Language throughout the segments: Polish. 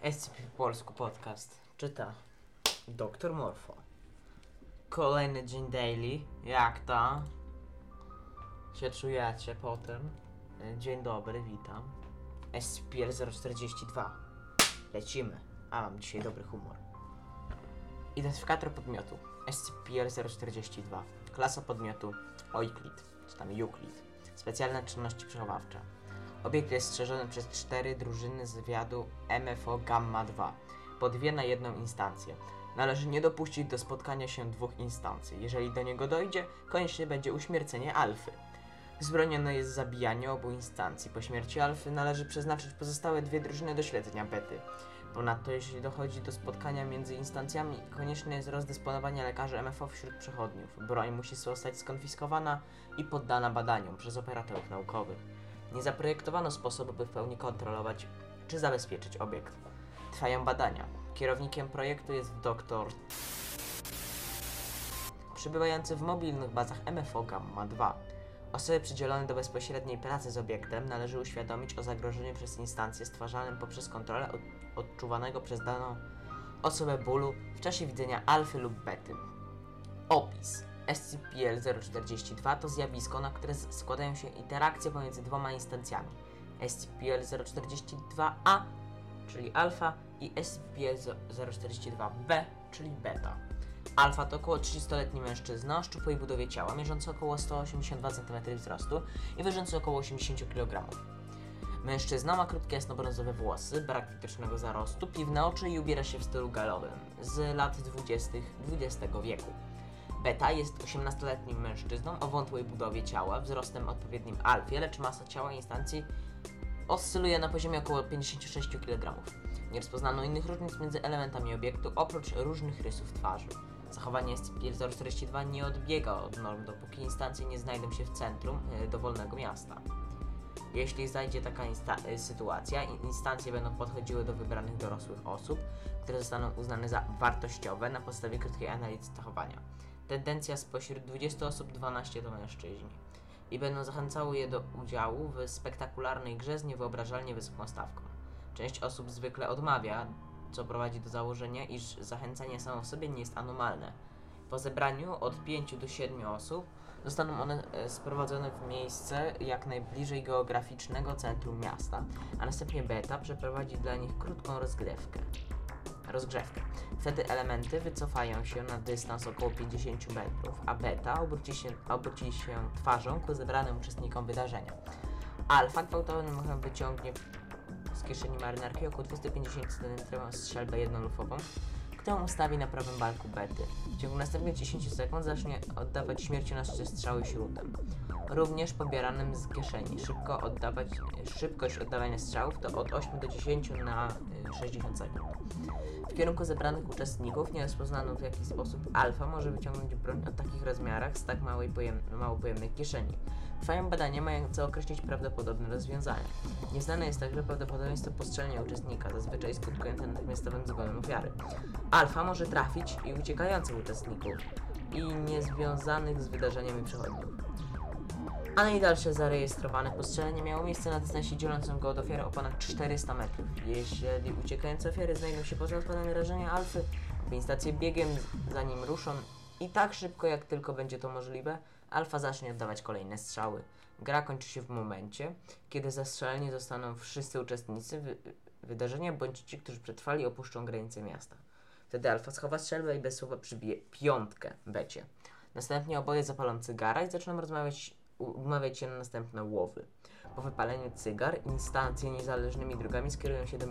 SCP Polsku Podcast. Czyta Doktor Morfo. Kolejny dzień daily. Jak to się czujecie potem? Dzień dobry, witam. SCP-042. Lecimy. A mam dzisiaj dobry humor. Identyfikator podmiotu SCP-042. Klasa podmiotu Euclid, czy tam Euclid. Specjalne czynności przechowawcze. Obiekt jest strzeżony przez 4 drużyny zwiadu MFO Gamma 2, po 2 na jedną instancję. Należy nie dopuścić do spotkania się 2 instancji. Jeżeli do niego dojdzie, konieczne będzie uśmiercenie Alfy. Wzbronione jest zabijanie obu instancji. Po śmierci Alfy należy przeznaczyć pozostałe 2 drużyny do śledzenia Bety. Ponadto, jeśli dochodzi do spotkania między instancjami, konieczne jest rozdysponowanie lekarzy MFO wśród przechodniów. Broń musi zostać skonfiskowana i poddana badaniom przez operatorów naukowych. Nie zaprojektowano sposobu, by w pełni kontrolować czy zabezpieczyć obiekt. Trwają badania. Kierownikiem projektu jest dr przebywający w mobilnych bazach MFO Gamma 2. Osoby przydzielone do bezpośredniej pracy z obiektem należy uświadomić o zagrożeniu przez instancję stwarzanym poprzez kontrolę odczuwanego przez daną osobę bólu w czasie widzenia alfy lub bety. Opis. SCP-042 to zjawisko, na które składają się interakcje pomiędzy 2 instancjami. SCP-042-A, czyli alfa, i SCP-042-B, czyli beta. Alfa to około 30-letni mężczyzna o szczupłej budowie ciała, mierzący około 182 cm wzrostu i ważący około 80 kg. Mężczyzna ma krótkie jasnobrązowe włosy, brak widocznego zarostu, piwne oczy i ubiera się w stylu galowym z lat 20. XX wieku. Beta jest 18-letnim mężczyzną o wątłej budowie ciała, wzrostem odpowiednim alfie, lecz masa ciała instancji oscyluje na poziomie około 56 kg. Nie rozpoznano innych różnic między elementami obiektu, oprócz różnych rysów twarzy. Zachowanie SCP-042 nie odbiega od norm, dopóki instancje nie znajdą się w centrum dowolnego miasta. Jeśli zajdzie taka sytuacja, instancje będą podchodziły do wybranych dorosłych osób, które zostaną uznane za wartościowe na podstawie krótkiej analizy zachowania. Tendencja spośród 20 osób 12 to mężczyźni i będą zachęcały je do udziału w spektakularnej grze z niewyobrażalnie wysoką stawką. Część osób zwykle odmawia, co prowadzi do założenia, iż zachęcanie samo w sobie nie jest anormalne. Po zebraniu od 5 do 7 osób zostaną one sprowadzone w miejsce jak najbliżej geograficznego centrum miasta, a następnie beta przeprowadzi dla nich krótką rozgrzewkę. Wtedy elementy wycofają się na dystans około 50 metrów, a beta obróci się twarzą ku zebranym uczestnikom wydarzenia. Alfa gwałtownym ruchem wyciągnie z kieszeni marynarki około 250 cm strzelbę jednolufową, którą ustawi na prawym barku bety. W ciągu następnych 10 sekund zacznie oddawać śmiercionośne strzały śrutem, również pobieranym z kieszeni. Szybkość oddawania strzałów to od 8 do 10 na 60 sekund. W kierunku zebranych uczestników nie rozpoznano, w jaki sposób alfa może wyciągnąć broń o takich rozmiarach z tak mało pojemnej kieszeni. Trwają badania mające określić prawdopodobne rozwiązanie. Nieznane jest także prawdopodobieństwo postrzelenia uczestnika, zazwyczaj skutkujące natychmiastowym zgonem ofiary. Alfa może trafić i uciekających uczestników i niezwiązanych z wydarzeniami przechodniów. A najdalsze zarejestrowane postrzelenie miało miejsce na dystansie dzielącym go od ofiary o ponad 400 metrów. Jeżeli uciekające ofiary znajdą się poza odpadami rażenia alfy, instancje biegiem za nim ruszą i tak szybko jak tylko będzie to możliwe, alfa zacznie oddawać kolejne strzały. Gra kończy się w momencie, kiedy zastrzeleni zostaną wszyscy uczestnicy wydarzenia bądź ci, którzy przetrwali, opuszczą granice miasta. Wtedy alfa schowa strzelbę i bez słowa przybije 5 becie. Następnie oboje zapalą cygara i zaczną umawiać się na następne łowy. Po wypaleniu cygar instancje niezależnymi drogami skierują się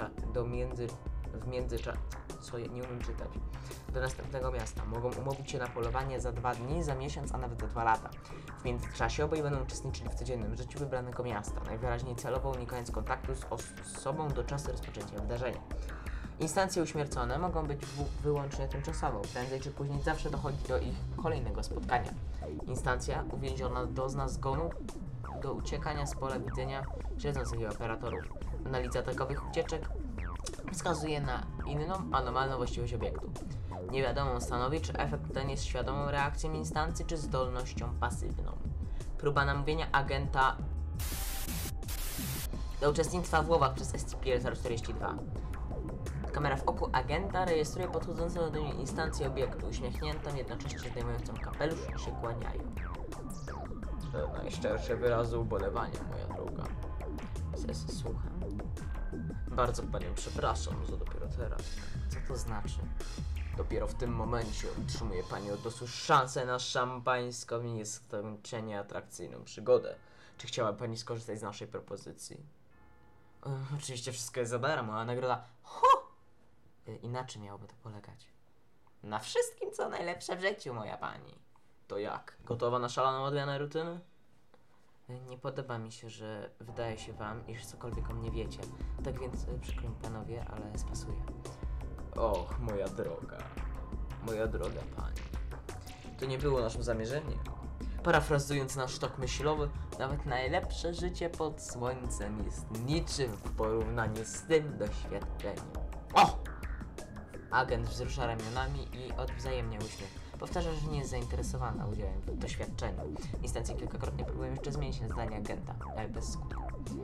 do następnego miasta. Mogą umówić się na polowanie za 2 dni, za miesiąc, a nawet za 2 lata. W międzyczasie oboje będą uczestniczyli w codziennym życiu wybranego miasta, najwyraźniej celowo unikając kontaktu z osobą do czasu rozpoczęcia wydarzenia. Instancje uśmiercone mogą być wyłącznie tymczasowo, prędzej czy później zawsze dochodzi do ich kolejnego spotkania. Instancja uwięziona dozna zgonu do uciekania z pola widzenia śledzących jej operatorów. Analiza takowych ucieczek wskazuje na inną, anormalną właściwość obiektu. Nie wiadomo stanowi, czy efekt ten jest świadomą reakcją instancji, czy zdolnością pasywną. Próba namówienia agenta do uczestnictwa w łowach przez SCP-042. Kamera w oku agenta rejestruje podchodzącą do niej instancję obiektu, uśmiechniętą, jednocześnie zdejmującą kapelusz i się kłaniają. To najszczersze wyrazy ubolewania, moja droga. Słucham. Bardzo panią przepraszam, że dopiero teraz. Co to znaczy? Dopiero w tym momencie otrzymuje pani od losu szansę na szampańską i nieskończenie atrakcyjną przygodę. Czy chciała pani skorzystać z naszej propozycji? Oczywiście wszystko jest za darmo, a nagroda... I na czym miałoby to polegać? Na wszystkim, co najlepsze w życiu, moja pani. To jak? Gotowa na szaloną odmianę rutyny? Nie podoba mi się, że wydaje się wam, iż cokolwiek o mnie wiecie. Tak więc przykro mi panowie, ale spasuję. Och, moja droga pani. To nie było naszym zamierzeniem. Parafrazując nasz tok myślowy, nawet najlepsze życie pod słońcem jest niczym w porównaniu z tym doświadczeniem. O! Agent wzrusza ramionami i odwzajemnia uśmiech. Powtarza, że nie jest zainteresowana udziałem w doświadczeniu. Instancje kilkakrotnie próbują jeszcze zmienić zdanie agenta, ale bez skutku.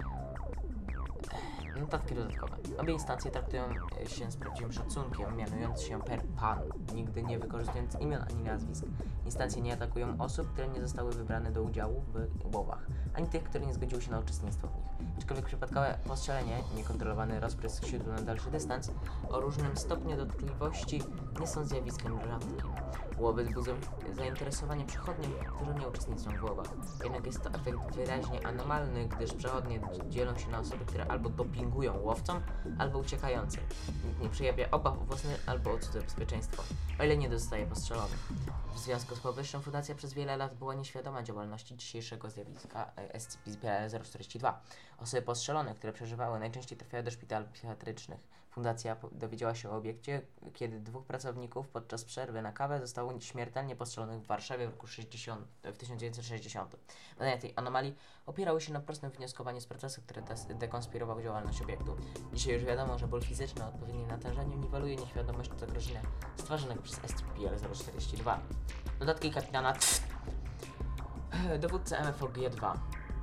Notatki dodatkowe. Obie instancje traktują się z prawdziwym szacunkiem, mianując się per pan, nigdy nie wykorzystując imion ani nazwisk. Instancje nie atakują osób, które nie zostały wybrane do udziału w łowach, ani tych, które nie zgodziły się na uczestnictwo w nich. Aczkolwiek przypadkowe postrzelenie, niekontrolowany rozprysk siódł na dalszy dystans, o różnym stopniu dotkliwości nie są zjawiskiem rzadkim. Łowy budzą zainteresowanie przechodniów, którzy nie uczestniczą w łowach. Jednak jest to efekt wyraźnie anomalny, gdyż przechodnie dzielą się na osoby, które albo dopingują łowcom, albo uciekającym. Nikt nie przejawia obaw o własne albo o cudze bezpieczeństwo, o ile nie zostaje postrzelony. W związku z powyższym fundacja przez wiele lat była nieświadoma działalności dzisiejszego zjawiska SCP-042. Osoby postrzelone, które przeżywały, najczęściej trafiały do szpitali psychiatrycznych. Fundacja dowiedziała się o obiekcie, kiedy dwóch pracowników podczas przerwy na kawę zostało śmiertelnie postrzelonych w Warszawie w 1960. Badania tej anomalii opierały się na prostym wnioskowaniu z procesu, który dekonspirował działalność obiektu. Dzisiaj już wiadomo, że ból fizyczny o odpowiednim natężeniu niweluje nieświadomość zagrożenia stwarzonego przez SCP-042. Dodatki kapitana dowódca MFOG-2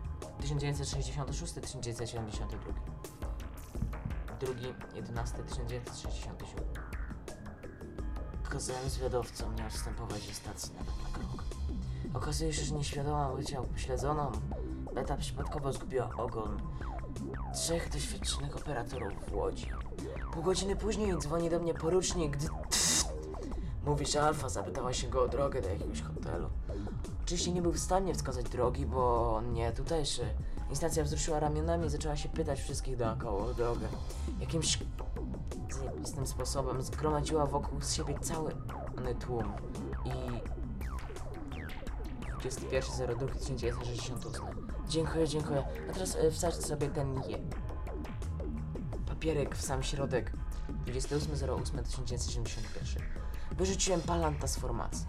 1966-1972 2.11.1967. Kazałem zwiadowcom nie odstępować ze stacji nawet na krok. Okazuje się, że nieświadoma bycia upośledzoną, Beta przypadkowo zgubiła ogon 3 doświadczonych operatorów w Łodzi. Pół godziny później dzwoni do mnie porucznik, gdy mówi, że Alfa zapytała się go o drogę do jakiegoś hotelu. Oczywiście nie był w stanie wskazać drogi, bo on nie tutejszy. Instancja wzruszyła ramionami i zaczęła się pytać wszystkich dookoła o drogę. Jakimś zajebistym sposobem zgromadziła wokół siebie cały tłum i 21.02.1968. Dziękuję. A teraz wsadźcie sobie ten papierek w sam środek. 28.08.1971. Wyrzuciłem Palanta z formacji.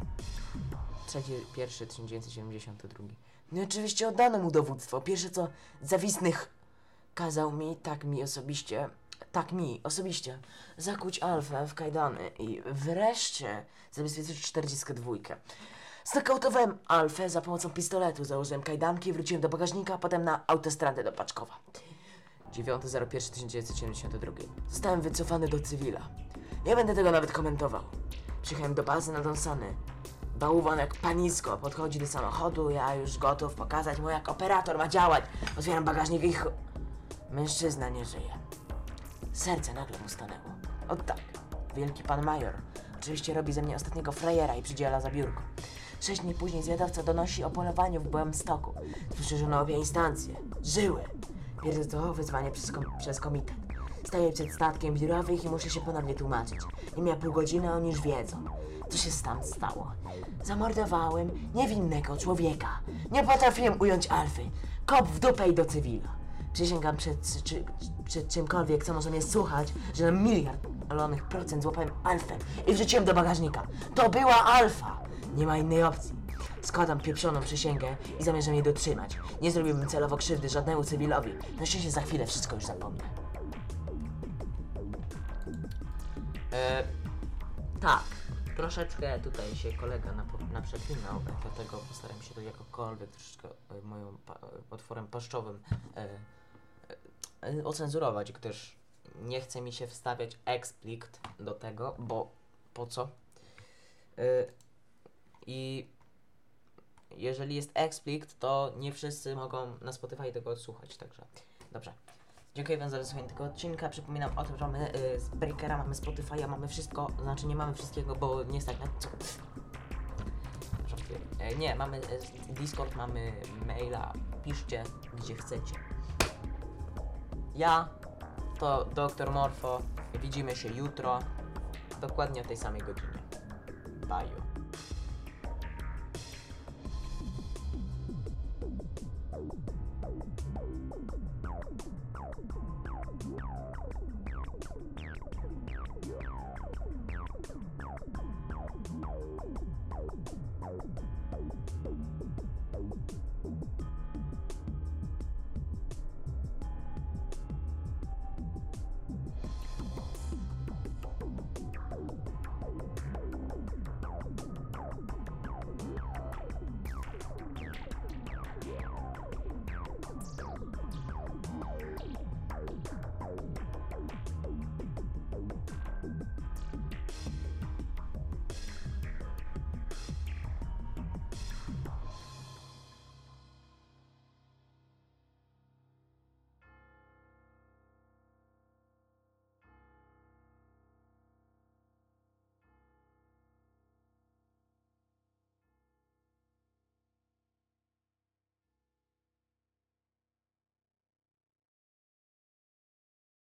3.1.1972. No i oczywiście oddano mu dowództwo. Pierwsze co zawistnych kazał mi, tak mi osobiście, zakuć Alfę w kajdany i wreszcie zabezpieczyć 42. Znokautowałem Alfę za pomocą pistoletu, założyłem kajdanki i wróciłem do bagażnika, a potem na autostradę do Paczkowa. 9.01.1972. Zostałem wycofany do cywila. Nie będę tego nawet komentował. Przyjechałem do bazy na Donsany. Bałwan jak panisko podchodzi do samochodu, ja już gotów pokazać mu, jak operator ma działać. Otwieram bagażnik i mężczyzna nie żyje. Serce nagle mu stanęło. O tak, wielki pan major. Oczywiście robi ze mnie ostatniego frajera i przydziela za biurko. 6 dni później zwiadowca donosi o polowaniu w Białymstoku. Poszerzono obie instancje. Żyły. Bierze to wyzwanie przez komitet. Staję przed statkiem biurowych i muszę się ponownie tłumaczyć. Nie miała pół godziny, a oni już wiedzą. Co się tam stało? Zamordowałem niewinnego człowieka. Nie potrafiłem ująć Alfy. Kop w dupę i do cywila. Przysięgam przed czymkolwiek, co może mnie słuchać, że na 1,000,000% złapałem Alfę i wrzuciłem do bagażnika. To była Alfa! Nie ma innej opcji. Składam pieprzoną przysięgę i zamierzam jej dotrzymać. Nie zrobiłbym celowo krzywdy żadnemu cywilowi. Na szczęście za chwilę wszystko już zapomnę. Tak. Troszeczkę tutaj się kolega naprzeklinał, dlatego postaram się to jakokolwiek troszeczkę moim otworem paszczowym ocenzurować, gdyż nie chce mi się wstawiać explicit do tego, bo po co? I jeżeli jest explicit, to nie wszyscy mogą na Spotify tego odsłuchać, także dobrze. Dziękuję wam za wysłuchanie tego odcinka. Przypominam o tym, że mamy Breakera, mamy Spotify'a, mamy wszystko, znaczy nie mamy wszystkiego, bo nie stać na co. Nie, mamy Discord, mamy maila, piszcie gdzie chcecie. Ja to Dr. Morfo, widzimy się jutro, dokładnie o tej samej godzinie. Bye.